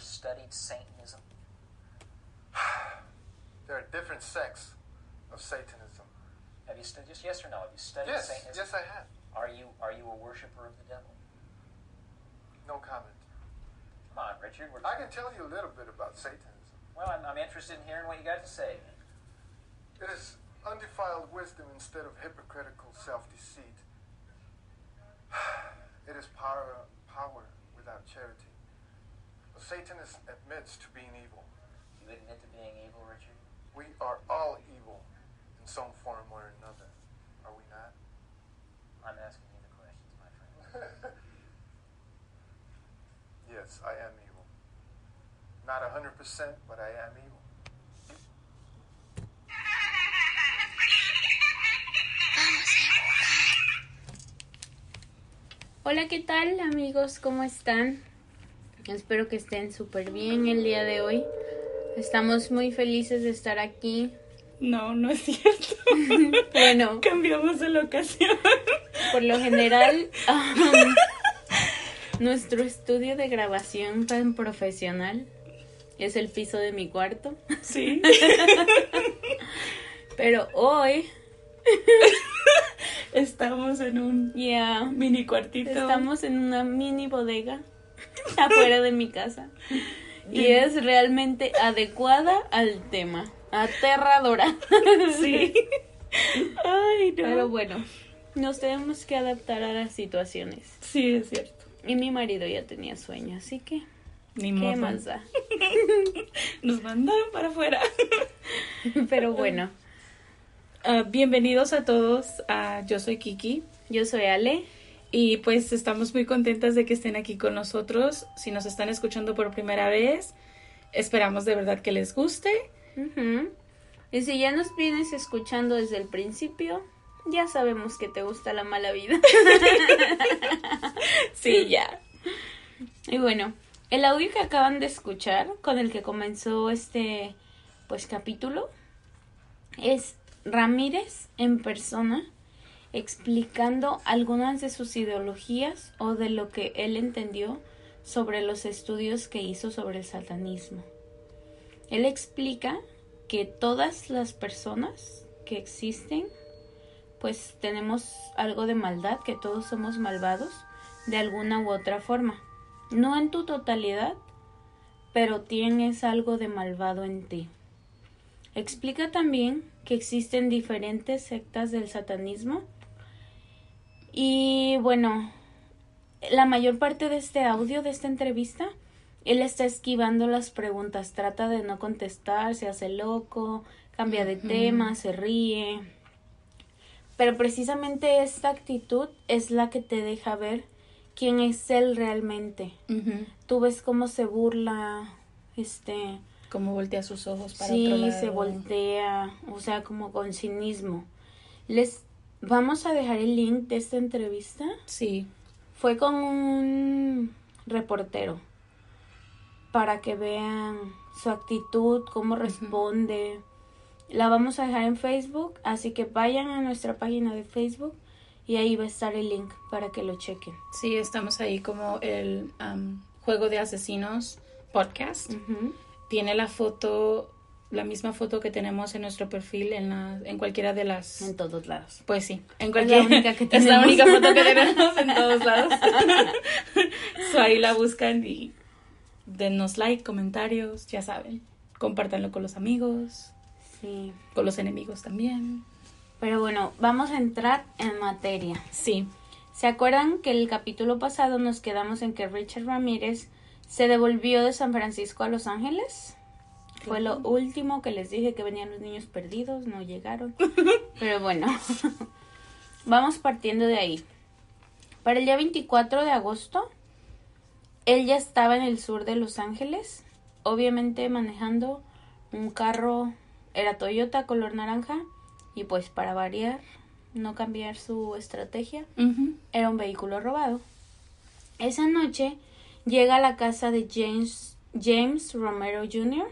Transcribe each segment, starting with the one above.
studied Satanism? There are different sects of Satanism. Have you studied, just yes or no, have you studied Yes, Satanism? yes, I have. Are you a worshiper of the devil? No comment. Come on, Richard. I can tell you a little bit about Satanism. Well, I'm interested in hearing what you got to say. It is undefiled wisdom instead of hypocritical self-deceit. It is power without charity. The Satanist admits to being evil. You admit to being evil, Richard? We are all evil in some form or another. Are we not? I'm asking you the questions, my friend. Yes, I am evil. Not 100%, but I am evil. Hola, ¿qué tal, amigos? ¿Cómo están? Espero que estén súper bien el día de hoy. Estamos muy felices de estar aquí. No es cierto. Bueno, Cambiamos de locación. por lo general, nuestro estudio de grabación tan profesional es el piso de mi cuarto. Sí. Pero hoy Estamos en un mini cuartito. estamos en una mini bodega afuera de mi casa. Y es realmente adecuada al tema. Aterradora. Sí. Ay, no. Pero bueno, nos tenemos que adaptar a las situaciones. Sí, es cierto. Y mi marido ya tenía sueño, así que Ni ¿qué modo. más da? Nos mandaron para afuera. Pero bueno, Bienvenidos a todos. Yo soy Kiki. yo soy Ale. Y pues estamos muy contentas de que estén aquí con nosotros. Si nos están escuchando por primera vez, esperamos de verdad que les guste. Ujú. Y si ya nos vienes escuchando desde el principio, ya sabemos que te gusta la mala vida. Sí, ya. Y bueno, el audio que acaban de escuchar, con el que comenzó este capítulo, es Ramírez en persona explicando algunas de sus ideologías o de lo que él entendió sobre los estudios que hizo sobre el satanismo. Él explica que todas las personas que existen, pues tenemos algo de maldad, que todos somos malvados de alguna u otra forma. No en tu totalidad, pero tienes algo de malvado en ti. Explica también que existen diferentes sectas del satanismo. Y bueno, la mayor parte de este audio, de esta entrevista, él está esquivando las preguntas. Trata de no contestar, se hace loco, cambia de tema, se ríe. Pero precisamente esta actitud es la que te deja ver quién es él realmente. Tú ves cómo se burla, Como voltea sus ojos para sí, otro lado. se voltea, o sea, como con cinismo. Les vamos a dejar el link de esta entrevista. Sí. Fue con un reportero para que vean su actitud, cómo responde. La vamos a dejar en Facebook, así que vayan a nuestra página de Facebook y ahí va a estar el link para que lo chequen. Sí, estamos ahí como el Juego de Asesinos podcast. Ujú. Tiene la foto, la misma foto que tenemos en nuestro perfil en cualquiera de las... En todos lados. Pues sí, en Es cualquier... la única que Es la tenemos. única foto que tenemos en todos lados. So, ahí la buscan y denos like, comentarios, ya saben. Compártanlo con los amigos, Sí. con los enemigos también. Pero bueno, vamos a entrar en materia. Sí, ¿Se acuerdan que el capítulo pasado nos quedamos en que Richard Ramírez se devolvió de San Francisco a Los Ángeles? Fue lo último que les dije, que venían los niños perdidos, no llegaron. Pero bueno, vamos partiendo de ahí. Para el día 24 de agosto, él ya estaba en el sur de Los Ángeles, obviamente manejando un carro, era Toyota color naranja, y pues para variar, no cambiar su estrategia, era un vehículo robado. Esa noche llega a la casa de James Romero Jr.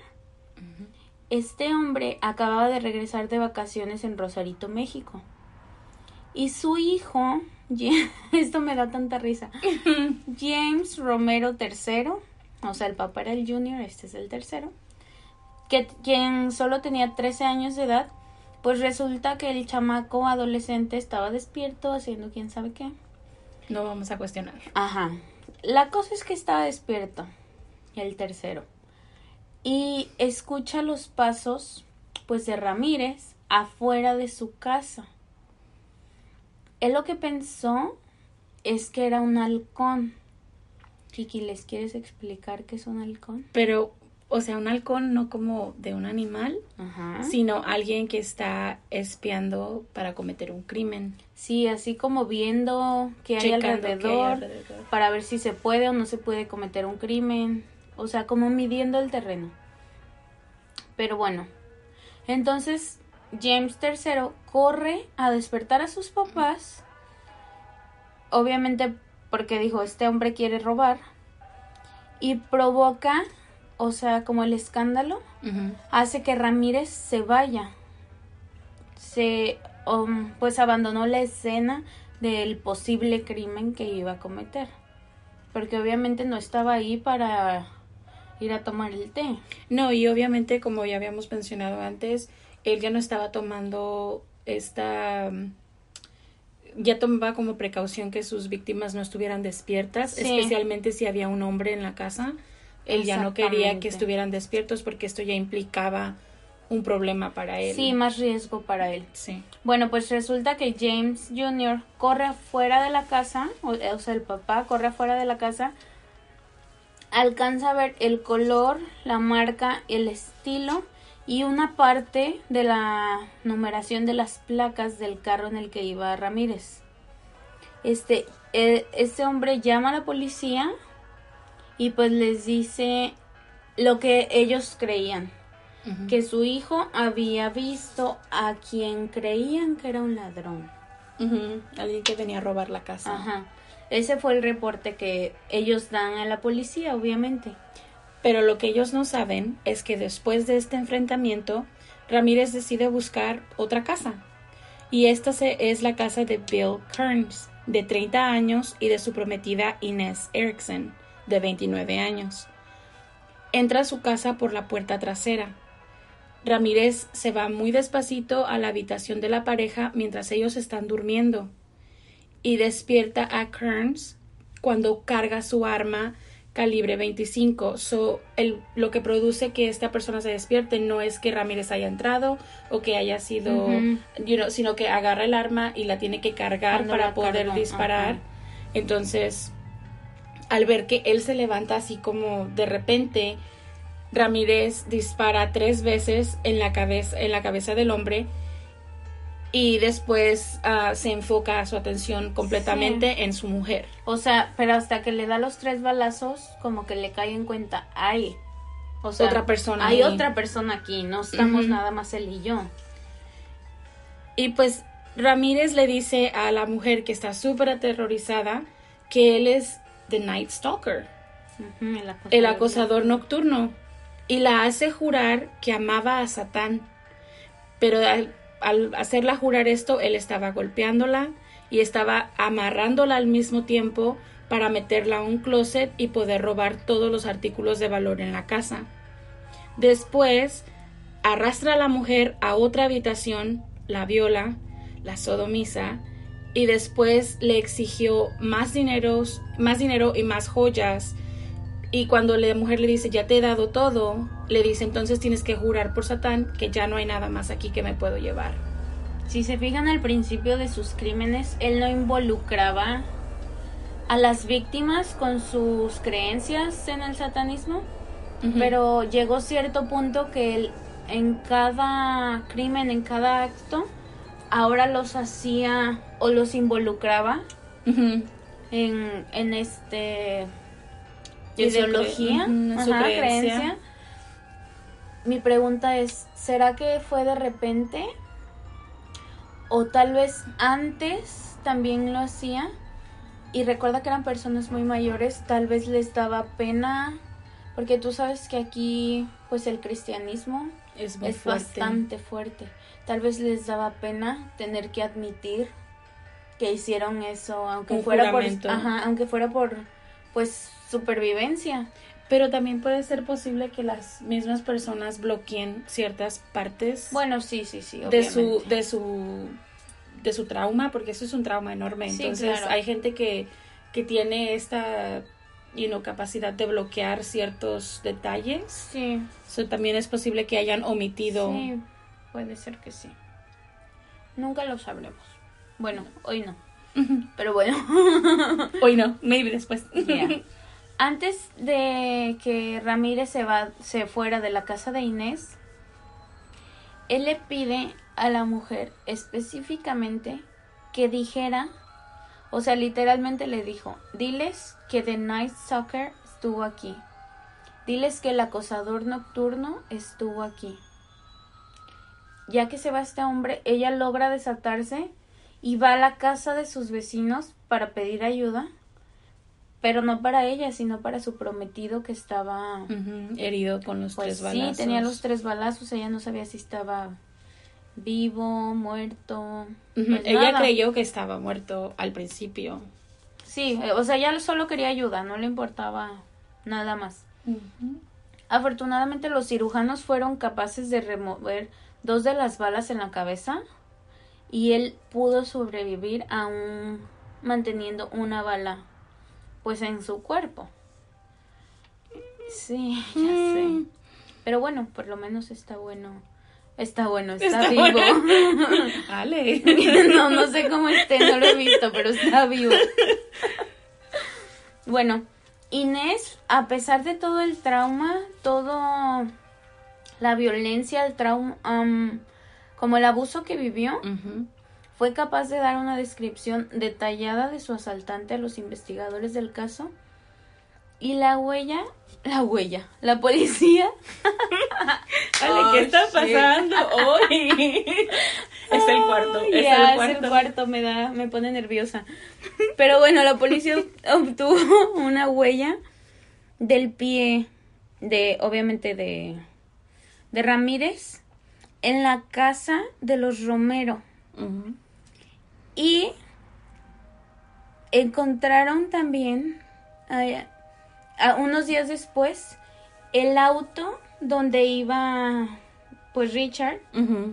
Este hombre acababa de regresar de vacaciones en Rosarito, México. Y su hijo, esto me da tanta risa, James Romero III, o sea, el papá era el junior, este es el tercero, quien solo tenía 13 años de edad, pues resulta que el chamaco adolescente estaba despierto haciendo quién sabe qué. No vamos a cuestionar. Ajá. La cosa es que estaba despierto, el tercero, y escucha los pasos, pues, de Ramírez afuera de su casa. Él lo que pensó es que era un halcón. Kiki, ¿les quieres explicar qué es un halcón? Pero, o sea, un halcón no como de un animal, Ajá. sino alguien que está espiando para cometer un crimen. Sí, así como viendo qué hay Checando qué hay alrededor, alrededor. para ver si se puede o no se puede cometer un crimen. O sea, como midiendo el terreno. Pero bueno, entonces James III corre a despertar a sus papás. Obviamente porque dijo, este hombre quiere robar. Y provoca, o sea, como el escándalo, Ujú. hace que Ramírez se vaya. Pues abandonó la escena del posible crimen que iba a cometer. Porque obviamente no estaba ahí para ir a tomar el té. No, y obviamente, como ya habíamos mencionado antes, él ya no estaba tomando ya tomaba como precaución que sus víctimas no estuvieran despiertas, Sí. especialmente si había un hombre en la casa. Él ya no quería Exactamente. que estuvieran despiertos porque esto ya implicaba un problema para él. Sí, más riesgo para él. Sí. Bueno, pues resulta que James Jr. corre afuera de la casa, o sea, el papá corre afuera de la casa, alcanza a ver el color, la marca, el estilo y una parte de la numeración de las placas del carro en el que iba Ramírez. Este hombre llama a la policía y pues les dice lo que ellos creían. Ujú. Que su hijo había visto a quien creían que era un ladrón. Ujú. Alguien que venía a robar la casa. Ajá. Ese fue el reporte que ellos dan a la policía, obviamente. Pero lo que ellos no saben es que después de este enfrentamiento, Ramírez decide buscar otra casa. Y esta es la casa de Bill Kearns, de 30 años, y de su prometida Inés Erickson, de 29 años. Entra a su casa por la puerta trasera. Ramírez se va muy despacito a la habitación de la pareja mientras ellos están durmiendo y despierta a Kearns cuando carga su arma calibre 25. Lo que produce que esta persona se despierte no es que Ramírez haya entrado o que haya sido, Ujú. Sino que agarra el arma y la tiene que cargar Cuando para la poder cargó, disparar. ajá. Entonces, al ver que él se levanta así como de repente, Ramírez dispara 3 veces en la cabeza del hombre y después se enfoca su atención completamente en su mujer. O sea, pero hasta que le da los 3 balazos, como que le cae en cuenta, ay, o sea, Otra persona hay ahí. otra persona aquí, no estamos Ujú. nada más él y yo. Y pues Ramírez le dice a la mujer que está súper aterrorizada que él es The Night Stalker, Ujú, el acosador nocturno, y la hace jurar que amaba a Satán. Pero al hacerla jurar esto, él estaba golpeándola y estaba amarrándola al mismo tiempo para meterla a un closet y poder robar todos los artículos de valor en la casa. Después, arrastra a la mujer a otra habitación, la viola, la sodomiza y después le exigió más dinero y más joyas. Y cuando la mujer le dice, ya te he dado todo, le dice, entonces tienes que jurar por Satán que ya no hay nada más aquí que me puedo llevar. Si se fijan al principio de sus crímenes, él no involucraba a las víctimas con sus creencias en el satanismo, Ujú. pero llegó cierto punto que él en cada crimen, en cada acto, ahora los hacía o los involucraba Ujú. en En su ideología, en su creencia. Mi pregunta es, ¿será que fue de repente? O tal vez antes también lo hacía. Y recuerda que eran personas muy mayores, tal vez les daba pena. Porque tú sabes que aquí, pues el cristianismo Es muy es fuerte. bastante fuerte. Tal vez les daba pena tener que admitir que hicieron eso, aunque Un fuera juramento. aunque fuera por, pues, supervivencia. Pero también puede ser posible que las mismas personas bloqueen ciertas partes Bueno, sí, de su trauma, porque eso es un trauma enorme. Sí, Entonces, claro. hay gente que tiene esta capacidad de bloquear ciertos detalles. Sí, So, también es posible que hayan omitido. sí, puede ser que sí. Nunca lo sabremos. Bueno, hoy no. Pero bueno. Hoy no, maybe después. Yeah. Antes de que Ramírez se fuera de la casa de Inés, él le pide a la mujer específicamente que dijera, o sea, literalmente le dijo, diles que The Night Stalker estuvo aquí. Diles que el acosador nocturno estuvo aquí. Ya que se va este hombre, ella logra desatarse y va a la casa de sus vecinos para pedir ayuda, pero no para ella, sino para su prometido que estaba... Herido con los Pues 3 balazos. sí, tenía los 3 balazos, ella no sabía si estaba vivo, muerto. Pues Ella nada. creyó que estaba muerto al principio. Sí, o sea, ella solo quería ayuda, no le importaba nada más. Afortunadamente los cirujanos fueron capaces de remover 2 de las balas en la cabeza y él pudo sobrevivir aún manteniendo una bala pues en su cuerpo. Sí, ya sé. Pero bueno, por lo menos está bueno. Está vivo. Ale. No sé cómo esté, no lo he visto, pero está vivo. Bueno, Inés, a pesar de todo el trauma, todo la violencia, el trauma, como el abuso que vivió, fue capaz de dar una descripción detallada de su asaltante a los investigadores del caso. Y la policía. Ale, ¿qué está pasando hoy? Es el cuarto, Es el cuarto, me pone nerviosa. Pero bueno, la policía obtuvo una huella del pie obviamente de Ramírez en la casa de los Romero. Y encontraron también a unos días después el auto donde iba pues Richard.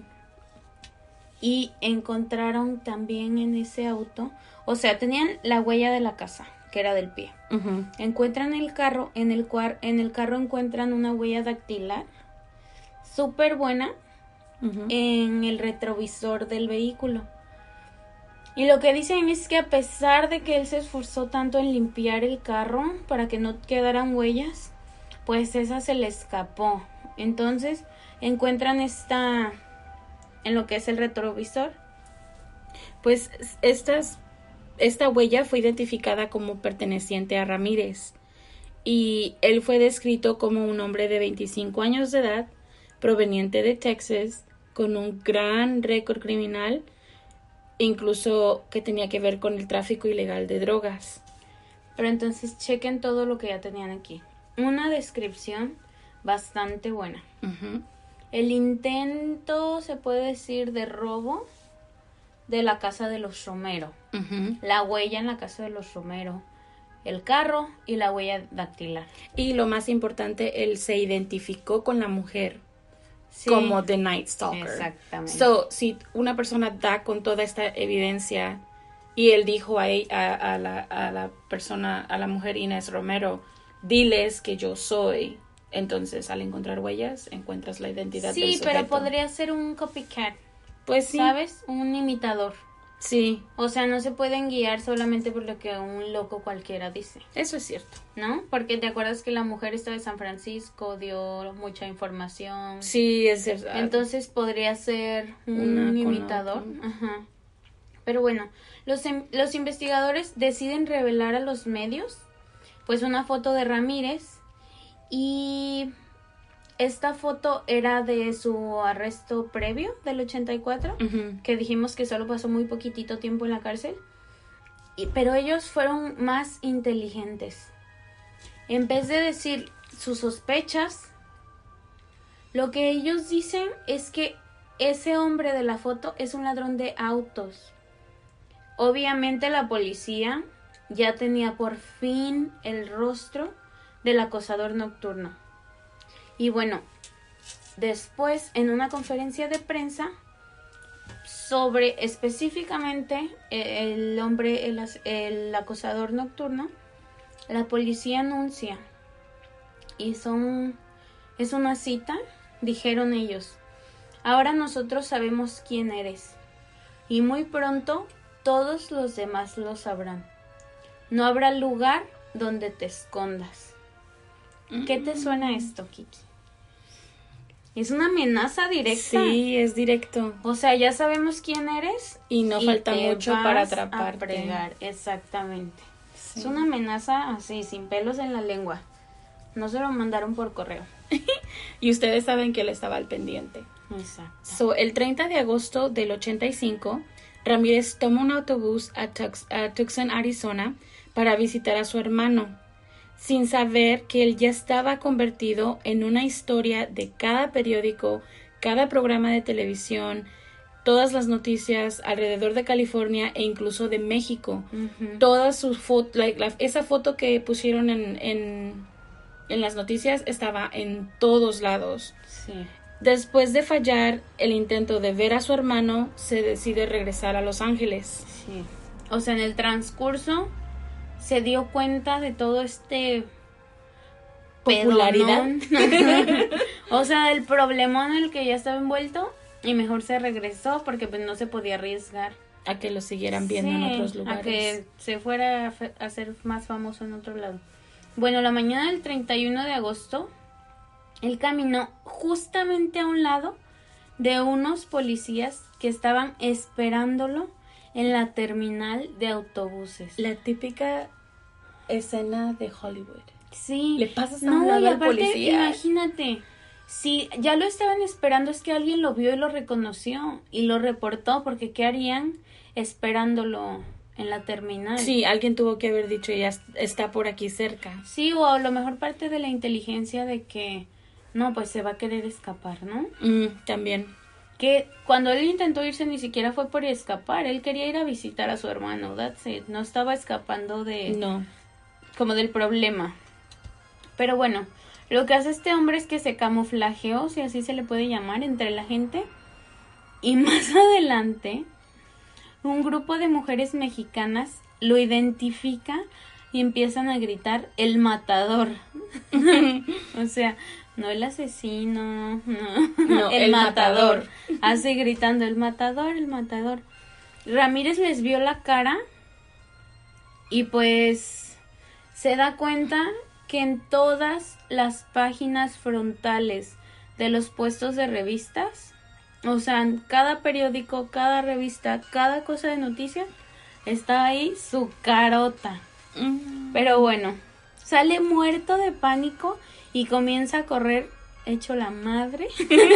Y encontraron también en ese auto, o sea, tenían la huella de la casa, que era del pie. Encuentran el carro, en el carro encuentran una huella dactilar súper buena en el retrovisor del vehículo. Y lo que dicen es que a pesar de que él se esforzó tanto en limpiar el carro para que no quedaran huellas, pues esa se le escapó. Entonces encuentran en lo que es el retrovisor. Pues esta huella fue identificada como perteneciente a Ramírez y él fue descrito como un hombre de 25 años de edad, proveniente de Texas, con un gran récord criminal, incluso que tenía que ver con el tráfico ilegal de drogas. Pero entonces chequen todo lo que ya tenían aquí. Una descripción bastante buena. El intento, se puede decir, de robo de la casa de los Romero. La huella en la casa de los Romero. El carro y la huella dactilar. Y lo más importante, él se identificó con la mujer Sí, como The Night Stalker. exactamente. So, si una persona da con toda esta evidencia y él dijo a la persona, a la mujer Inés Romero, diles que yo soy. Entonces, al encontrar huellas, encuentras la identidad del Sí, sujeto. pero podría ser un copycat, Pues sí. ¿sabes? Un imitador. Sí, O sea, no se pueden guiar solamente por lo que un loco cualquiera dice, eso es cierto. ¿no? Porque te acuerdas que la mujer esta de San Francisco dio mucha información. Sí, es cierto. Entonces podría ser Una un con imitador. otra. Ajá. Pero bueno, los investigadores deciden revelar a los medios pues una foto de Ramírez, y esta foto era de su arresto previo del 84, que dijimos que solo pasó muy poquitito tiempo en la cárcel. Pero ellos fueron más inteligentes. En vez de decir sus sospechas, lo que ellos dicen es que ese hombre de la foto es un ladrón de autos. Obviamente la policía ya tenía por fin el rostro del acosador nocturno. Y bueno, después en una conferencia de prensa sobre específicamente el acosador nocturno, la policía anuncia, y es una cita, dijeron ellos: ahora nosotros sabemos quién eres, y muy pronto todos los demás lo sabrán. No habrá lugar donde te escondas. ¿Qué te suena esto, Kiki? Es una amenaza directa. Sí, es directo. O sea, ya sabemos quién eres. Y no falta te mucho vas para a atraparte. fregar. Exactamente. Sí. Es una amenaza así, sin pelos en la lengua. No se lo mandaron por correo. Y ustedes saben que él estaba al pendiente. Exacto. El 30 de agosto del 85, Ramírez toma un autobús a Tucson, Arizona, para visitar a su hermano, sin saber que él ya estaba convertido en una historia de cada periódico, cada programa de televisión, todas las noticias alrededor de California e incluso de México. Ujú. Todas sus fotos, esa foto que pusieron en las noticias estaba en todos lados. Sí. Después de fallar el intento de ver a su hermano, se decide regresar a Los Ángeles. Sí. O sea, en el transcurso se dio cuenta de todo este Popularidad. pedonón. O sea, del problemón en el que ya estaba envuelto, y mejor se regresó porque pues no se podía arriesgar A que lo siguieran viendo en Sí, otros lugares. a que se fuera a ser más famoso en otro lado. Bueno, la mañana del 31 de agosto, él caminó justamente a un lado de unos policías que estaban esperándolo en la terminal de autobuses. La típica escena de Hollywood. Sí. Le pasas a No, un lado y al aparte, policía. imagínate, si ya lo estaban esperando, es que alguien lo vio y lo reconoció y lo reportó, porque ¿qué harían esperándolo en la terminal? Sí, alguien tuvo que haber dicho, ya está por aquí cerca. Sí, o a lo mejor parte de la inteligencia de que no, pues se va a querer escapar, ¿no? También. Que cuando él intentó irse ni siquiera fue por escapar, él quería ir a visitar a su hermano, that's it. No estaba escapando No. como del problema. Pero bueno, lo que hace este hombre es que se camuflajeó, si así se le puede llamar, entre la gente. Y más adelante, un grupo de mujeres mexicanas lo identifica y empiezan a gritar: el matador. O sea, no el asesino, No, el matador. Así gritando: el matador, el matador. Ramírez les vio la cara y pues se da cuenta que en todas las páginas frontales de los puestos de revistas, o sea, en cada periódico, cada revista, cada cosa de noticias, está ahí su carota. Pero bueno, sale muerto de pánico y comienza a correr hecho la madre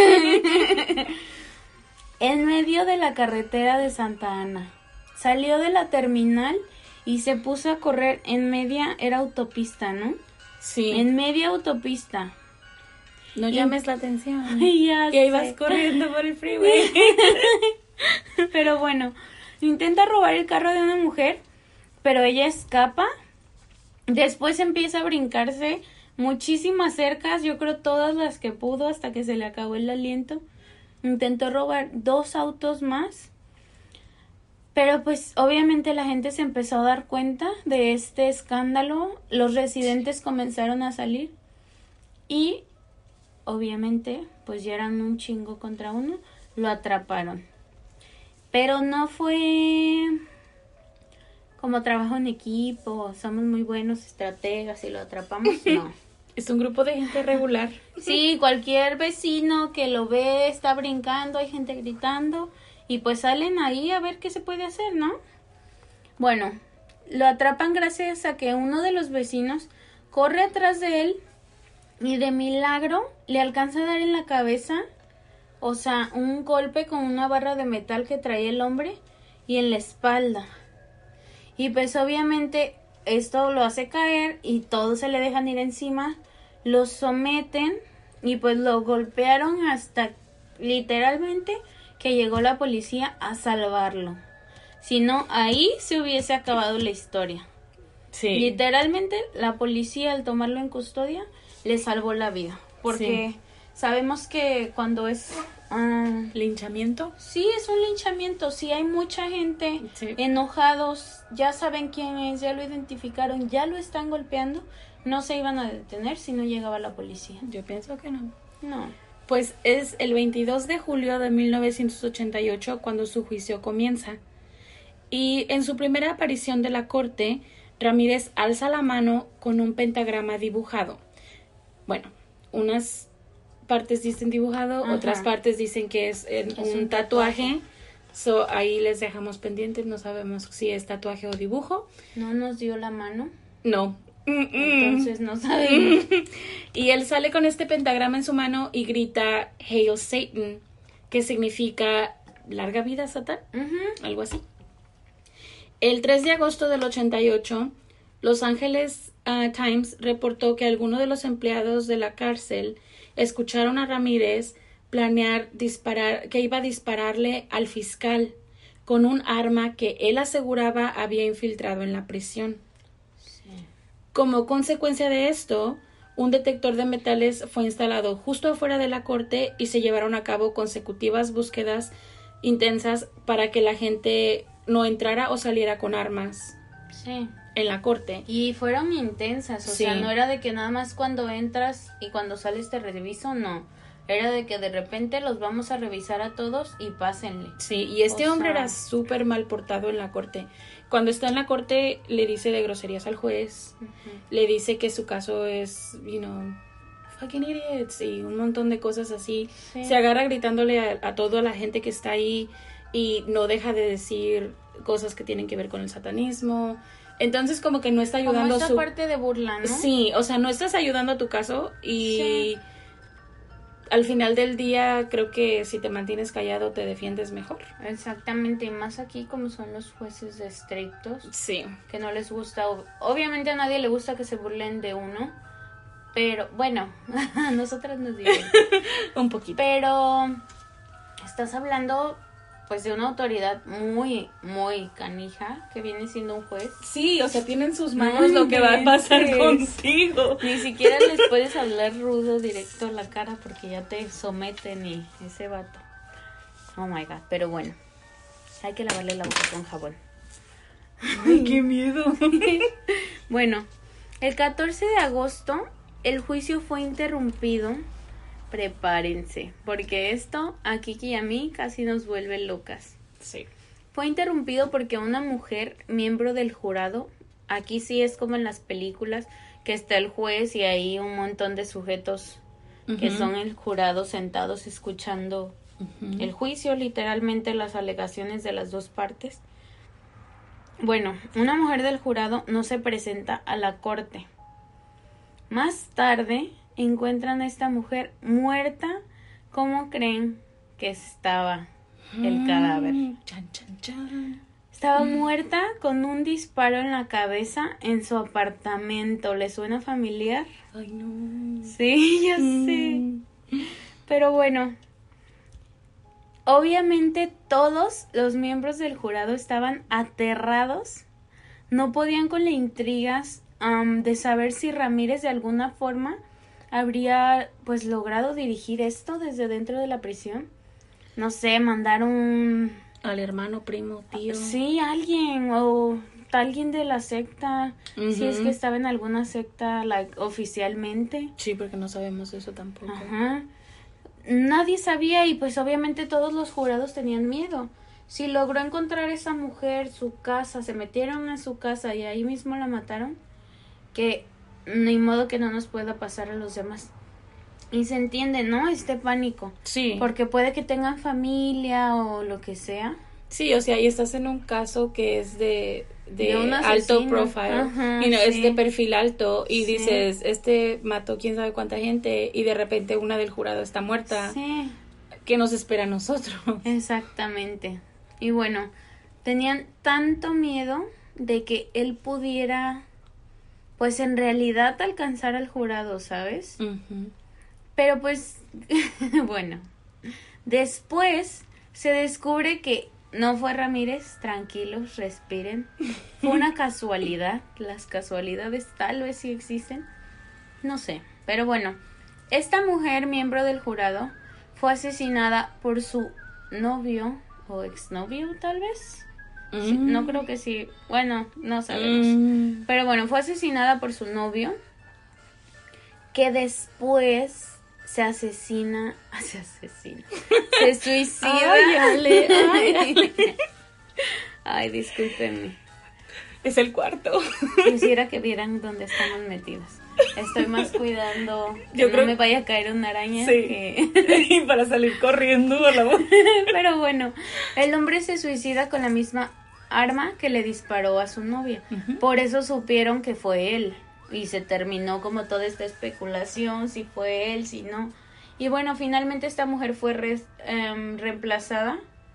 en medio de la carretera de Santa Ana. Salió de la terminal y se puso a correr en media, era autopista, ¿no? Sí. En media autopista. No llames la atención. Ay, ya Y ahí sé. vas corriendo por el freeway. Pero bueno, intenta robar el carro de una mujer, pero ella escapa. Después empieza a brincarse muchísimas cercas, yo creo todas las que pudo hasta que se le acabó el aliento. Intentó robar 2 autos más. Pero pues obviamente la gente se empezó a dar cuenta de este escándalo. Los residentes comenzaron a salir. Y obviamente pues ya eran un chingo contra uno. Lo atraparon. Pero no fue como trabajo en equipo, somos muy buenos estrategas y lo atrapamos, no. Es un grupo de gente regular. Sí, cualquier vecino que lo ve está brincando, hay gente gritando y pues salen ahí a ver qué se puede hacer, ¿no? Bueno, lo atrapan gracias a que uno de los vecinos corre atrás de él y de milagro le alcanza a dar en la cabeza, o sea, un golpe con una barra de metal que traía el hombre y en la espalda. Y pues obviamente esto lo hace caer y todos se le dejan ir encima, lo someten y pues lo golpearon hasta literalmente que llegó la policía a salvarlo. Si no, ahí se hubiese acabado la historia. Sí. Literalmente, la policía al tomarlo en custodia le salvó la vida. Porque sabemos que cuando es... ¿Linchamiento? sí, es un linchamiento. Si hay mucha gente Sí. enojados, ya saben quién es, ya lo identificaron, ya lo están golpeando, no se iban a detener si no llegaba la policía. Yo pienso que no. No. Pues es el 22 de julio de 1988 cuando su juicio comienza. Y en su primera aparición de la corte, Ramírez alza la mano con un pentagrama dibujado. Bueno, unas partes dicen dibujado, Ajá. otras partes dicen que es un tatuaje. So, ahí les dejamos pendientes, no sabemos si es tatuaje o dibujo. No nos dio la mano, No. entonces no sabemos. Y él sale con este pentagrama en su mano y grita Hail Satan, que significa larga vida Satán, Ujú. algo así. El 3 de agosto del 88, Los Angeles Times reportó que algunos de los empleados de la cárcel escucharon a Ramírez planear que iba a dispararle al fiscal con un arma que él aseguraba había infiltrado en la prisión. Como consecuencia de esto, un detector de metales fue instalado justo afuera de la corte y se llevaron a cabo consecutivas búsquedas intensas para que la gente no entrara o saliera con armas Sí. en la corte. Y fueron intensas, o Sí. sea, no era de que nada más cuando entras y cuando sales te reviso, no. Era de que de repente los vamos a revisar a todos y pásenle. Sí, y este O hombre sea- era súper mal portado en la corte. Cuando está en la corte le dice de groserías al juez, le dice que su caso es, fucking idiots y un montón de cosas así. Sí. Se agarra gritándole a toda la gente que está ahí y no deja de decir cosas que tienen que ver con el satanismo. Entonces como que no está ayudando Como esta parte de burla, ¿no? Sí, o sea, no estás ayudando a tu caso y Sí. al final del día creo que si te mantienes callado te defiendes mejor. Exactamente, y más aquí como son los jueces estrictos, Sí. que no les gusta, obviamente a nadie le gusta que se burlen de uno, pero bueno, a nosotras nos divierte. Un poquito. Pero estás hablando pues de una autoridad muy, muy canija, que viene siendo un juez. Sí, o sea, tienen sus No manos lo que va a pasar inventes. contigo. Ni siquiera les puedes hablar rudo directo a la cara porque ya te someten y ese vato. Oh my god, pero bueno, hay que lavarle la boca con jabón. Ay, qué miedo. Bueno, el 14 de agosto el juicio fue interrumpido. Prepárense, porque esto a Kiki y a mí casi nos vuelve locas. Sí. Fue interrumpido porque una mujer, miembro del jurado, aquí sí es como en las películas, que está el juez y ahí un montón de sujetos que Ujú. son el jurado sentados escuchando el juicio, literalmente las alegaciones de las dos partes. Bueno, una mujer del jurado no se presenta a la corte. Más tarde encuentran a esta mujer muerta. ¿Cómo creen que estaba el cadáver? Chan, chan, chan. Estaba muerta con un disparo en la cabeza en su apartamento. ¿Le suena familiar? Ay, no. Sí, ya sé. Pero bueno, obviamente todos los miembros del jurado estaban aterrados. No podían con la intriga de saber si Ramírez de alguna forma habría pues logrado dirigir esto desde dentro de la prisión. No sé, mandaron Al hermano, primo, tío. sí, alguien o alguien de la secta, si es Ujú. que estaba en alguna secta oficialmente. Sí, porque no sabemos eso tampoco. Ajá. Nadie sabía y pues obviamente todos los jurados tenían miedo. Si logró encontrar a esa mujer, su casa, se metieron a su casa y ahí mismo la mataron, que ni modo que no nos pueda pasar a los demás. Y se entiende, ¿no? Este pánico. Sí. Porque puede que tengan familia o lo que sea. Sí, o sea, y estás en un caso que es de un alto asesino. profile, Ajá, es sí. de perfil alto y Sí. dices, mató quién sabe cuánta gente y de repente una del jurado está muerta. Sí. ¿Qué nos espera a nosotros? Exactamente. Y bueno, tenían tanto miedo de que él pudiera, pues en realidad alcanzar al jurado, ¿sabes? Ujú. Pero pues, bueno, después se descubre que no fue Ramírez, tranquilos, respiren. Fue una casualidad, las casualidades tal vez sí existen, no sé. Pero bueno, esta mujer, miembro del jurado, fue asesinada por su novio o exnovio tal vez. Sí, no creo que sí, bueno, no sabemos. Pero bueno, fue asesinada por su novio, que después se suicida. Ay, Ale, ay. Ay, discúlpenme. Es el cuarto. Quisiera que vieran dónde estamos metidos. Estoy más cuidando que Yo creo no me vaya a caer una araña Sí. que... Y para salir corriendo a la voz. Pero bueno, el hombre se suicida con la misma arma que le disparó a su novia. Por eso supieron que fue él. Y se terminó como toda esta especulación, si fue él, si no. Y bueno, finalmente esta mujer fue reemplazada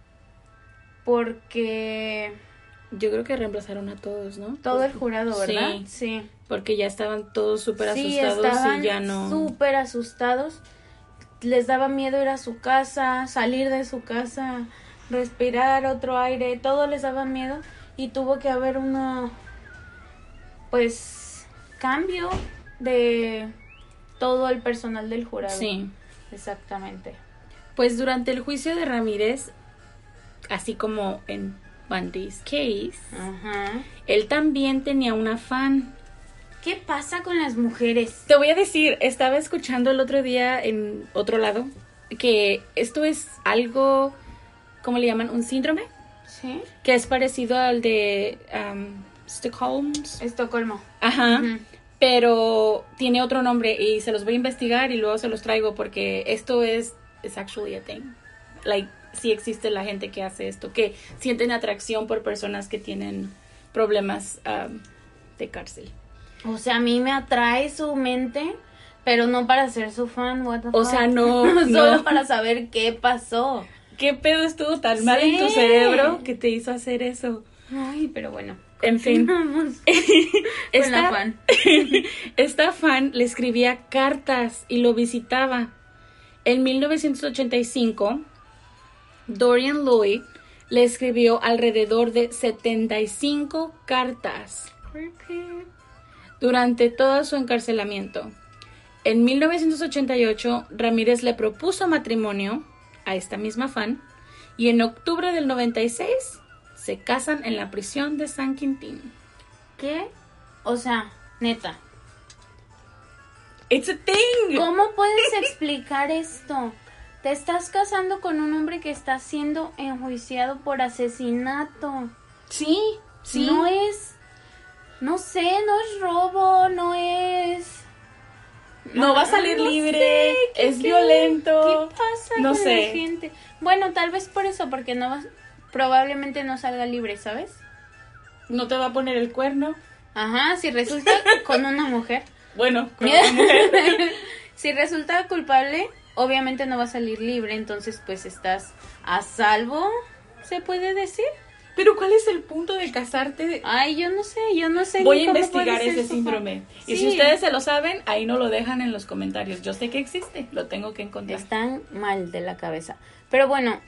porque Yo creo que reemplazaron a todos, ¿no? todo el jurado, ¿verdad? Sí. Porque ya estaban todos súper Sí, asustados estaban y ya no... súper asustados. Les daba miedo ir a su casa, salir de su casa, respirar otro aire, todo les daba miedo y tuvo que haber pues, cambio de todo el personal del jurado. Sí. Exactamente. Pues durante el juicio de Ramírez, así como en Bundy's case, Ajá. él también tenía una fan. ¿Qué pasa con las mujeres? Te voy a decir, estaba escuchando el otro día en otro lado que esto es algo, ¿cómo le llaman? Un síndrome, ¿Sí? que es parecido al de Estocolmo. Ajá. Ujú. Pero tiene otro nombre y se los voy a investigar y luego se los traigo porque esto es actually a thing. Like, sí existe la gente que hace esto, que sienten atracción por personas que tienen problemas de cárcel. O sea, a mí me atrae su mente, pero no para ser su fan. What the O fuck? sea, no, Solo no. para saber qué pasó. ¿Qué pedo estuvo tan mal en tu Sí. cerebro que te hizo hacer eso? Ay, pero bueno. En fin. Continuamos con la fan. Esta fan le escribía cartas y lo visitaba. En 1985, Dorian Lloyd le escribió alrededor de 75 cartas durante todo su encarcelamiento. En 1988, Ramírez le propuso matrimonio a esta misma fan y en octubre del 96 se casan en la prisión de San Quintín. ¿Qué? O sea, neta. It's a thing. ¿Cómo puedes explicar esto? Te estás casando con un hombre que está siendo enjuiciado por asesinato. Sí, sí. No es... No sé, no es robo, no es... No va a salir no libre, sé, es violento. ¿Qué pasa No con sé. la gente? Bueno, tal vez por eso, porque no va, probablemente no salga libre, ¿sabes? No te va a poner el cuerno. Ajá, si resulta con una mujer. Bueno, con una mujer. Si resulta culpable, obviamente no va a salir libre, entonces pues estás a salvo, ¿se puede decir? Pero ¿cuál es el punto de casarte? Ay, yo no sé. Voy a ni cómo investigar puede ser ese su síndrome. fan. Y Sí. si ustedes se lo saben, ahí no lo dejan en los comentarios. Yo sé que existe, lo tengo que encontrar. Están mal de la cabeza. Pero bueno,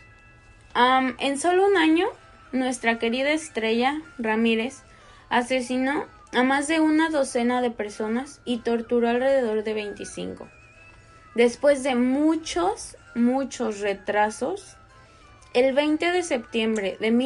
en solo un año, nuestra querida estrella Ramírez asesinó a más de una docena de personas y torturó alrededor de 25. Después de muchos retrasos, el 20 de septiembre de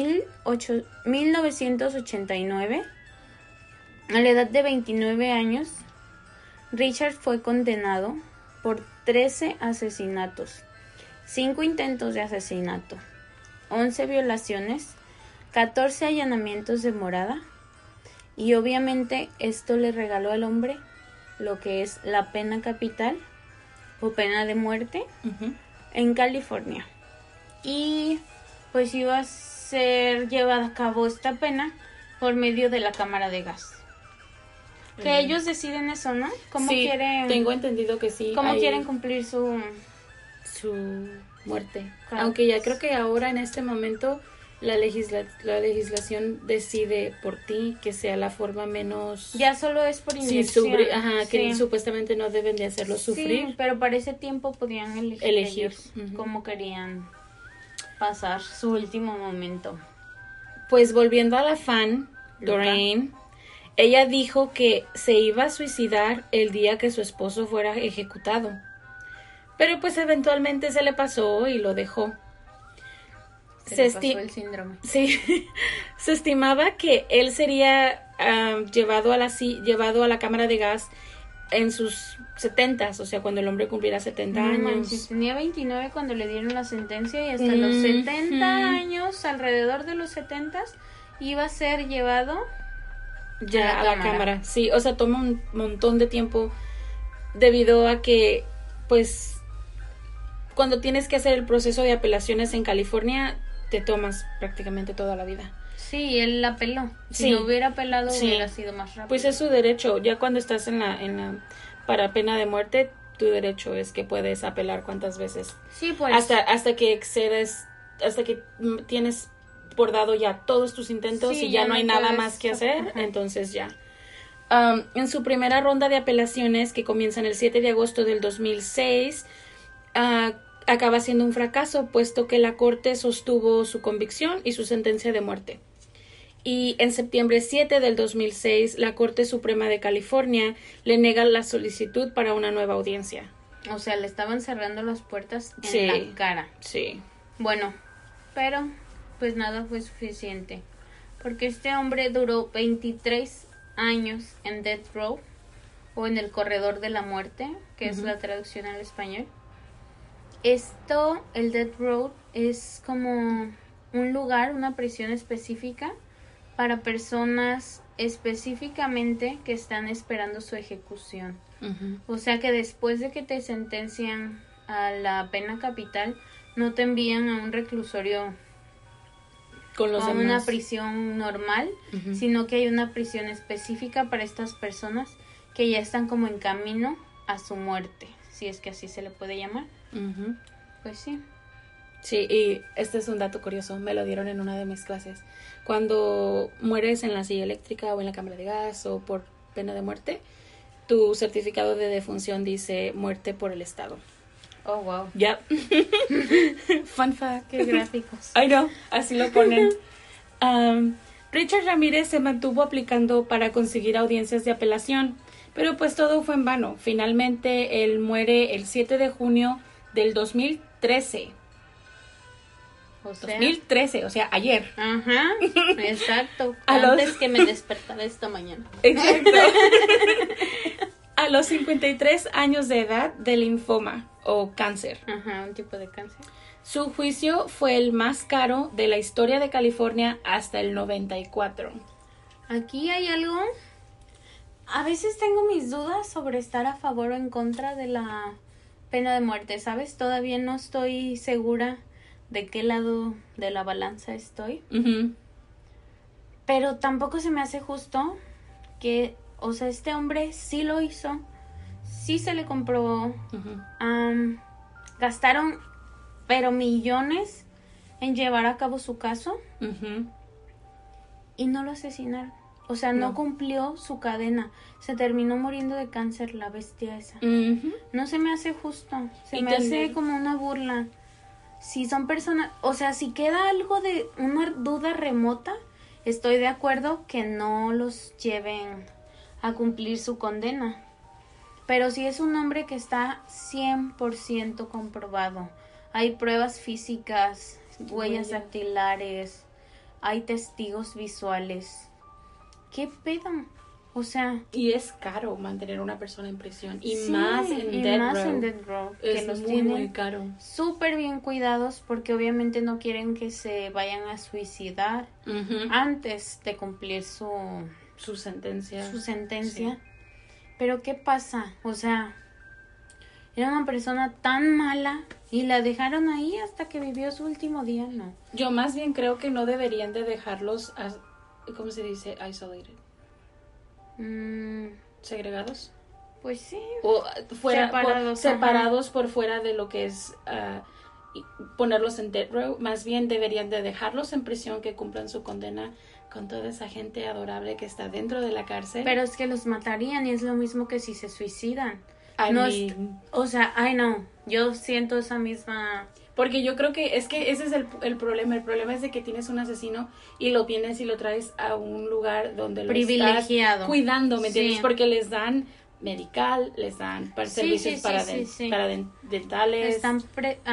1989, a la edad de 29 años, Richard fue condenado por 13 asesinatos, 5 intentos de asesinato, 11 violaciones, 14 allanamientos de morada, y obviamente esto le regaló al hombre lo que es la pena capital o pena de muerte Ujú. en California. Y pues iba a ser llevada a cabo esta pena por medio de la cámara de gas. Que ellos deciden eso, ¿no? ¿Cómo Sí, quieren, tengo entendido que sí. cómo hay quieren cumplir su... muerte. Claro. Aunque ya creo que ahora en este momento la legislación decide por ti que sea la forma menos... Ya solo es por Sí, inyección. que Sí. supuestamente no deben de hacerlo sufrir. Sí, pero para ese tiempo podían elegir Elegir. ellos Ujú. cómo querían pasar su último momento. Pues volviendo a la fan, Doreen, ella dijo que se iba a suicidar el día que su esposo fuera ejecutado. Pero pues eventualmente se le pasó y lo dejó. Se le pasó el síndrome. Sí, se estimaba que él sería llevado a la cámara de gas en sus 70s, o sea, cuando el hombre cumpliera 70 No años. manches, tenía 29 cuando le dieron la sentencia y hasta los 70 años, alrededor de los 70s, iba a ser llevado Ya a la cámara. Sí, o sea, toma un montón de tiempo debido a que, pues, cuando tienes que hacer el proceso de apelaciones en California, te tomas prácticamente toda la vida. Sí, él apeló. Si Sí. no hubiera apelado, Sí. hubiera sido más rápido. Pues es su derecho. Ya cuando estás para pena de muerte, tu derecho es que puedes apelar cuantas veces. Sí, pues. Hasta que excedes, hasta que tienes por dado ya todos tus intentos Sí, y ya no hay nada puedes- más que hacer, Ajá. entonces ya. En su primera ronda de apelaciones, que comienza el 7 de agosto del 2006, acaba siendo un fracaso, puesto que la corte sostuvo su convicción y su sentencia de muerte. Y en septiembre 7 del 2006, la Corte Suprema de California le nega la solicitud para una nueva audiencia. O sea, le estaban cerrando las puertas en Sí. la cara. Sí. Bueno, pero pues nada fue suficiente. Porque este hombre duró 23 años en Death Row, o en el corredor de la muerte, que es la traducción al español. El Death Row, es como un lugar, una prisión específica para personas específicamente que están esperando su ejecución. O sea que después de que te sentencian a la pena capital, no te envían a un reclusorio Con los o a demás. una prisión normal, Ujú. sino que hay una prisión específica para estas personas que ya están como en camino a su muerte, si es que así se le puede llamar. Ujú. Pues sí. Sí, y este es un dato curioso, me lo dieron en una de mis clases. Cuando mueres en la silla eléctrica o en la cámara de gas o por pena de muerte, tu certificado de defunción dice muerte por el Estado. Oh, wow. Ya. Fun fact. Qué gráficos. I know, así lo ponen. Richard Ramírez se mantuvo aplicando para conseguir audiencias de apelación, pero pues todo fue en vano. Finalmente él muere el 7 de junio del 2013. O sea, 2013, o sea, ayer. ajá, exacto. A los- Antes que me despertara esta mañana. Exacto. A los 53 años de edad de linfoma o cáncer. Ajá, un tipo de cáncer. Su juicio fue el más caro de la historia de California hasta el 94. Aquí hay algo. A veces tengo mis dudas sobre estar a favor o en contra de la pena de muerte, ¿sabes? Todavía no estoy segura de qué lado de la balanza estoy. Ujú. Pero tampoco se me hace justo que, o sea, este hombre sí lo hizo, sí se le comprobó, Ujú. gastaron, pero millones en llevar a cabo su caso Ujú. y no lo asesinaron. O sea, no No. cumplió su cadena. Se terminó muriendo de cáncer la bestia esa. Ujú. No se me hace justo. Se Y me hace tener- como una burla. Si son personas, o sea, si queda algo de una duda remota, estoy de acuerdo que no los lleven a cumplir su condena. Pero si es un hombre que está 100% comprobado, hay pruebas físicas, huellas dactilares, hay testigos visuales. ¿Qué pedo? O sea, Y es caro mantener a una persona en prisión. Y sí, más en y Death más Row. en Death Row, que Es los muy, tienen muy caro. súper bien cuidados porque obviamente no quieren que se vayan a suicidar Ujú. antes de cumplir su Su sentencia. sentencia. Sí. Pero ¿qué pasa? O sea, era una persona tan mala y la dejaron ahí hasta que vivió su último día, ¿no? Yo más bien creo que no deberían de dejarlos, ¿cómo se dice? Isolated. Segregados. Pues sí. O fuera, Separados, separados por fuera de lo que es y ponerlos en death row. Más bien deberían de dejarlos en prisión, que cumplan su condena con toda esa gente adorable que está dentro de la cárcel. Pero es que los matarían y es lo mismo que si se suicidan. No mean, o sea, I know, yo siento esa misma... porque yo creo que ese es el problema. El problema es de que tienes un asesino y lo vienes y lo traes a un lugar donde lo Privilegiado. estás cuidando, ¿me entiendes? Sí. Porque les dan medical, les dan servicios para dentales. Están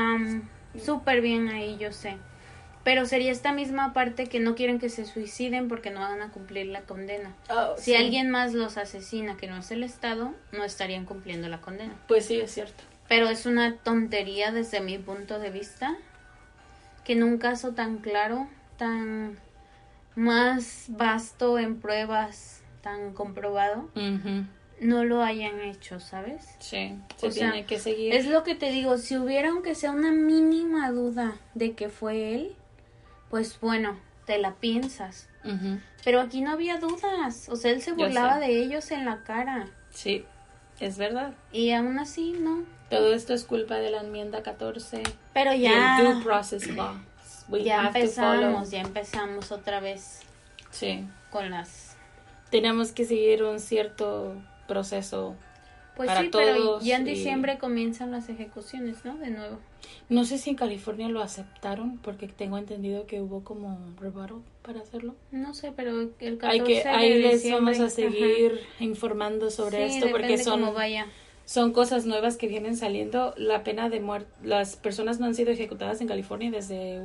súper bien ahí, yo sé. Pero sería esta misma parte que no quieren que se suiciden porque no van a cumplir la condena. Oh, Si sí. alguien más los asesina que no es el Estado, no estarían cumpliendo la condena. Pues sí, es cierto. Pero es una tontería desde mi punto de vista que en un caso tan claro, tan más vasto en pruebas, tan comprobado, Ujú. no lo hayan hecho, ¿sabes? Sí, O se sea, tiene que seguir. Es lo que te digo, si hubiera aunque sea una mínima duda de que fue él, pues bueno, te la piensas. Ujú. Pero aquí no había dudas, o sea, él se Yo burlaba sé. de ellos en la cara Sí, es verdad. y aún así no. Todo esto es culpa de la enmienda 14 Pero y ya, el Due Process Law. We ya have to follow. empezamos otra vez Sí, con las... tenemos que seguir un cierto proceso. Pues Para sí, pero todos ya en y- diciembre comienzan las ejecuciones, ¿no? De nuevo. No sé si en California lo aceptaron porque tengo entendido que hubo como un rebuttal para hacerlo. No sé, pero el 14 Ahí de les diciembre, vamos a ajá. seguir informando sobre Sí, esto porque depende cómo vaya. son cosas nuevas que vienen saliendo. La pena de muerte, las personas no han sido ejecutadas en California desde...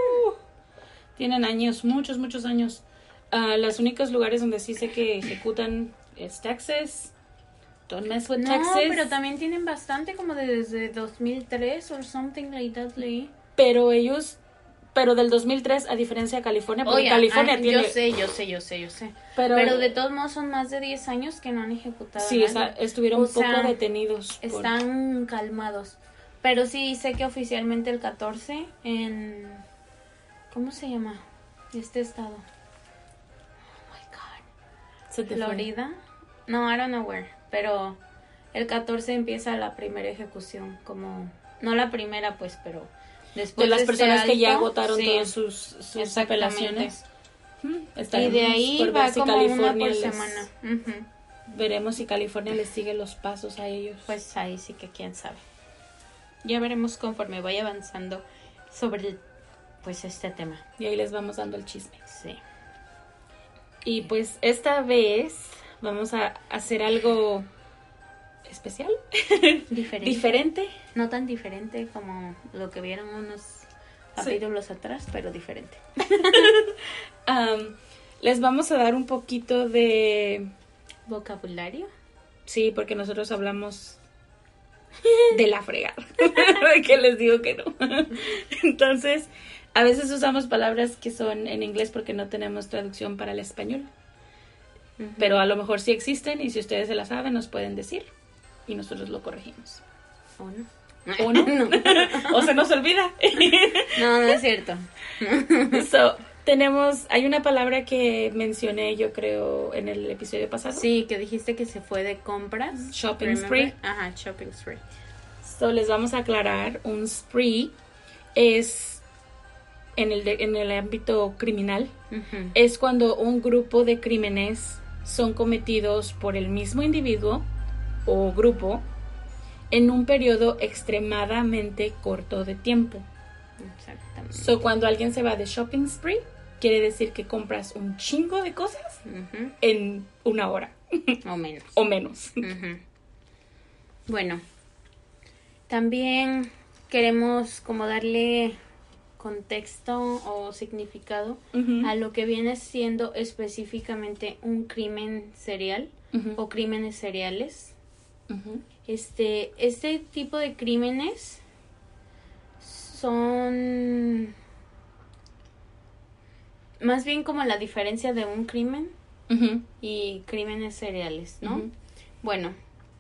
tienen años, muchos años. Los únicos lugares donde sí sé que ejecutan es Texas. Don't mess with No, Texas. pero también tienen bastante, como desde 2003 or something like that, leí. Pero del 2003, a diferencia de California, porque Oye, California tiene... yo sé. Pero, Pero de todos modos son más de 10 años que no han ejecutado sí, a nadie. estuvieron O un poco sea, detenidos. por- Están calmados. Pero sí sé que oficialmente el 14 en... ¿Cómo se llama? Este estado. Oh my God. se te fue. Florida. No, I don't know where. Pero el 14 empieza la primera ejecución. Como... No la primera, pues, pero... Después De las este personas que ya alto, agotaron sí, todas sus exactamente. apelaciones. Y Estaremos de ahí por ver va si como una California por les- semana. Ujú. Veremos si California les sigue los pasos a ellos. Pues ahí sí que quién sabe. Ya veremos conforme vaya avanzando sobre pues este tema. Y ahí les vamos dando el chisme. Sí. Y pues esta vez vamos a hacer algo especial, diferente. No tan diferente como lo que vieron unos capítulos atrás, pero diferente. Les vamos a dar un poquito de... Vocabulario. Sí, porque nosotros hablamos de la fregada. Que les digo que no. Entonces, a veces usamos palabras que son en inglés porque no tenemos traducción para el español. Pero a lo mejor sí existen y si ustedes se la saben nos pueden decir y nosotros lo corregimos. ¿O no? ¿O no? O se nos olvida. No, no es cierto. So, hay una palabra que mencioné yo creo en el episodio pasado. Sí, que dijiste que se fue de compras. Shopping Remember? spree. Ajá, shopping spree. So, les vamos a aclarar, un spree es en el ámbito criminal, Ujú. es cuando un grupo de crímenes son cometidos por el mismo individuo o grupo en un periodo extremadamente corto de tiempo. Exactamente. So, cuando alguien se va de shopping spree, quiere decir que compras un chingo de cosas Ujú. en una hora O menos. o menos. Ujú. Bueno, también queremos como darle contexto o significado Ujú. a lo que viene siendo específicamente un crimen serial Ujú. o crímenes seriales. Ujú. Este tipo de crímenes son más bien como la diferencia de un crimen Ujú. y crímenes seriales, ¿no? Ujú. Bueno,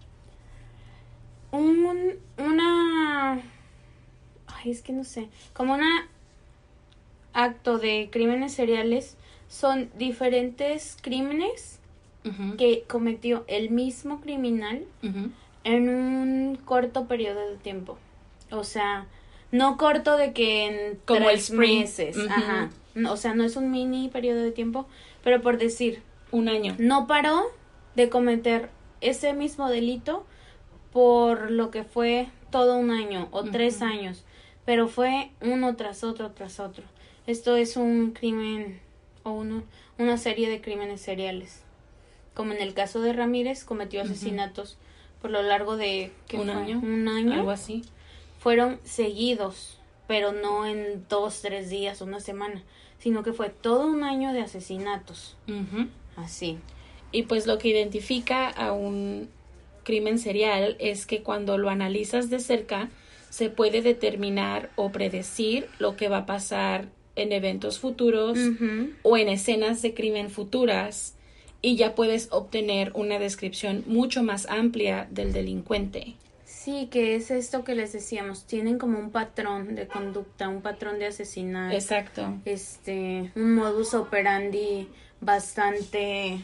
una... Ay, es que no sé. Como una acto de crímenes seriales son diferentes crímenes Ujú. que cometió el mismo criminal Ujú. en un corto periodo de tiempo. O sea, no corto de que en Como el 3 spree. meses. Ujú. Ajá. No, o sea, no es un mini periodo de tiempo, pero por decir, Un año. no paró de cometer ese mismo delito por lo que fue todo un año o 3 años, pero fue uno tras otro tras otro. Esto es un crimen o una serie de crímenes seriales. Como en el caso de Ramírez, cometió asesinatos por lo largo de un año, algo así. Fueron seguidos, pero no en 2-3 días, una semana, sino que fue todo un año de asesinatos. Así. Y pues lo que identifica a un crimen serial es que cuando lo analizas de cerca se puede determinar o predecir lo que va a pasar en eventos futuros o en escenas de crimen futuras, y ya puedes obtener una descripción mucho más amplia del delincuente. Sí, que es esto que les decíamos, tienen como un patrón de conducta, un patrón de asesinar. Exacto. Un modus operandi bastante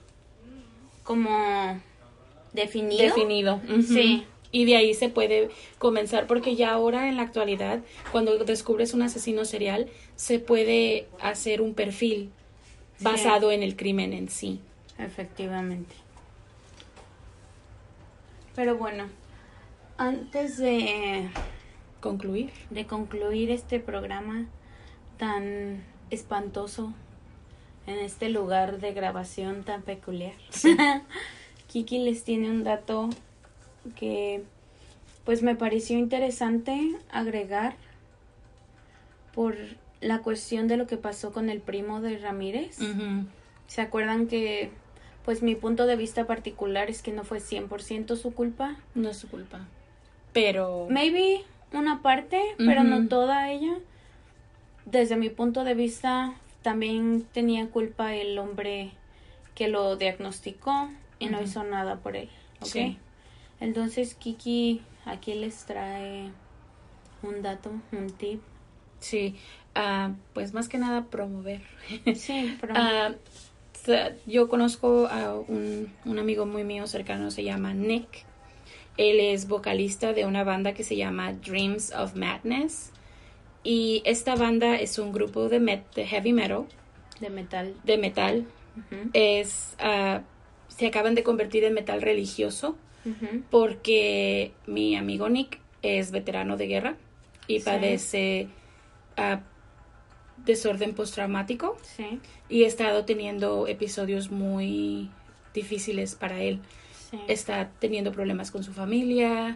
como definido. Sí. Y de ahí se puede comenzar, porque ya ahora en la actualidad, cuando descubres un asesino serial, se puede hacer un perfil basado en el crimen en sí. Efectivamente. Pero bueno, antes de concluir este programa tan espantoso en este lugar de grabación tan peculiar, Kiki les tiene un dato que pues me pareció interesante agregar por la cuestión de lo que pasó con el primo de Ramírez. ¿Se acuerdan que pues mi punto de vista particular es que no fue 100% su culpa? No es su culpa, pero maybe una parte, pero no toda ella. Desde mi punto de vista también tenía culpa el hombre que lo diagnosticó y no hizo nada por él, ¿ok? Sí. Entonces Kiki aquí les trae un dato, un tip. Sí, pues más que nada promover. Sí, yo conozco a un amigo muy mío cercano, se llama Nick. Él es vocalista de una banda que se llama Dreams of Madness. Y esta banda es un grupo de heavy metal. De metal. Se acaban de convertir en metal religioso porque mi amigo Nick es veterano de guerra y padece desorden postraumático. Sí. Y ha estado teniendo episodios muy difíciles para él. Sí. Está teniendo problemas con su familia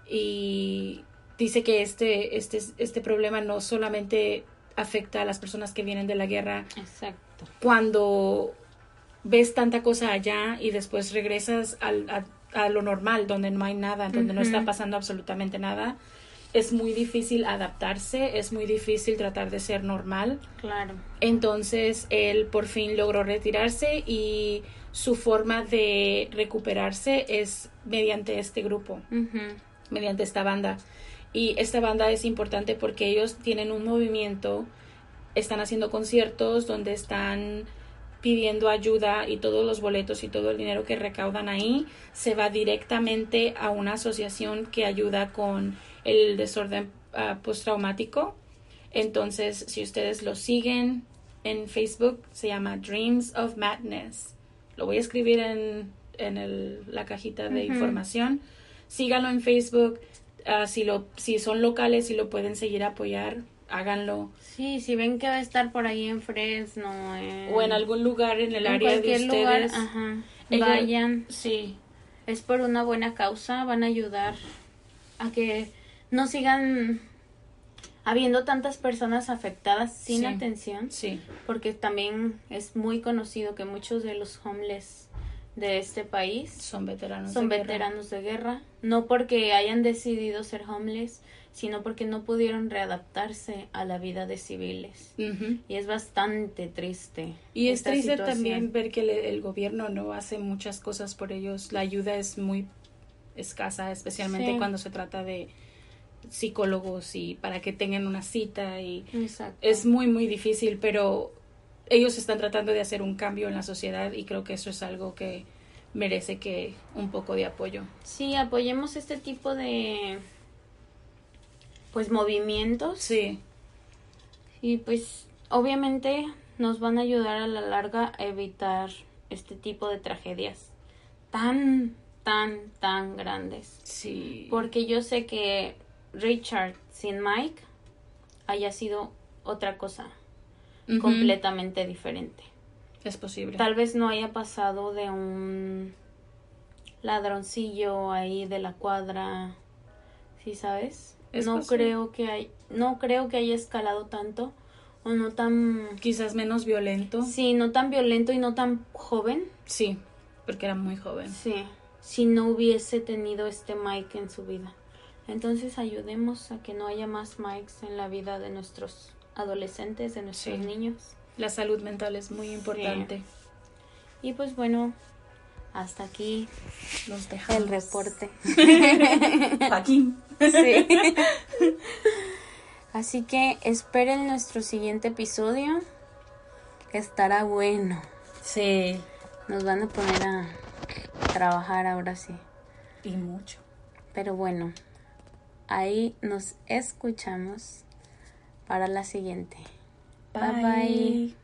y dice que este problema no solamente afecta a las personas que vienen de la guerra. Exacto. Cuando ves tanta cosa allá y después regresas a lo normal, donde no hay nada, donde no está pasando absolutamente nada, es muy difícil adaptarse, es muy difícil tratar de ser normal. Claro. Entonces él por fin logró retirarse y su forma de recuperarse es mediante este grupo, mediante esta banda. Y esta banda es importante porque ellos tienen un movimiento, están haciendo conciertos donde están pidiendo ayuda y todos los boletos y todo el dinero que recaudan ahí se va directamente a una asociación que ayuda con el desorden postraumático. Entonces, si ustedes lo siguen en Facebook, se llama Dreams of Madness. Lo voy a escribir en la cajita de información. Síganlo en Facebook. Si son locales y lo pueden seguir apoyar, háganlo. Sí, si ven que va a estar por ahí en Fresno o en algún lugar en el área de ustedes, lugar, vayan. Sí. Es por una buena causa, van a ayudar a que no sigan habiendo tantas personas afectadas sin atención. Sí. Porque también es muy conocido que muchos de los homeless de este país son veteranos de guerra, no porque hayan decidido ser homeless, sino porque no pudieron readaptarse a la vida de civiles. Y es bastante triste. Y es triste también ver que el gobierno no hace muchas cosas por ellos. La ayuda es muy escasa, especialmente cuando se trata de psicólogos y para que tengan una cita. Y es muy, muy difícil, pero ellos están tratando de hacer un cambio en la sociedad y creo que eso es algo que merece que un poco de apoyo. Sí, apoyemos este tipo de movimientos. Sí. Y pues obviamente nos van a ayudar a la larga a evitar este tipo de tragedias tan tan grandes. Sí. Porque yo sé que Richard sin Mike haya sido otra cosa Ujú. completamente diferente. Es posible. Tal vez no haya pasado de un ladroncillo ahí de la cuadra, ¿sí sabes? Es No posible. creo que haya escalado tanto o no tan, Quizás menos violento. sí, no tan violento y no tan joven. Sí, porque era muy joven. Sí, si no hubiese tenido este Mike en su vida. Entonces ayudemos a que no haya más Mikes en la vida de nuestros adolescentes, de nuestros Sí. niños. La salud mental es muy importante. Y pues bueno, hasta aquí Los dejamos. el reporte. Joaquín. Sí. Así que esperen nuestro siguiente episodio. Estará bueno. Sí. Nos van a poner a trabajar ahora sí. Y mucho. Pero bueno, ahí nos escuchamos para la siguiente. Bye bye.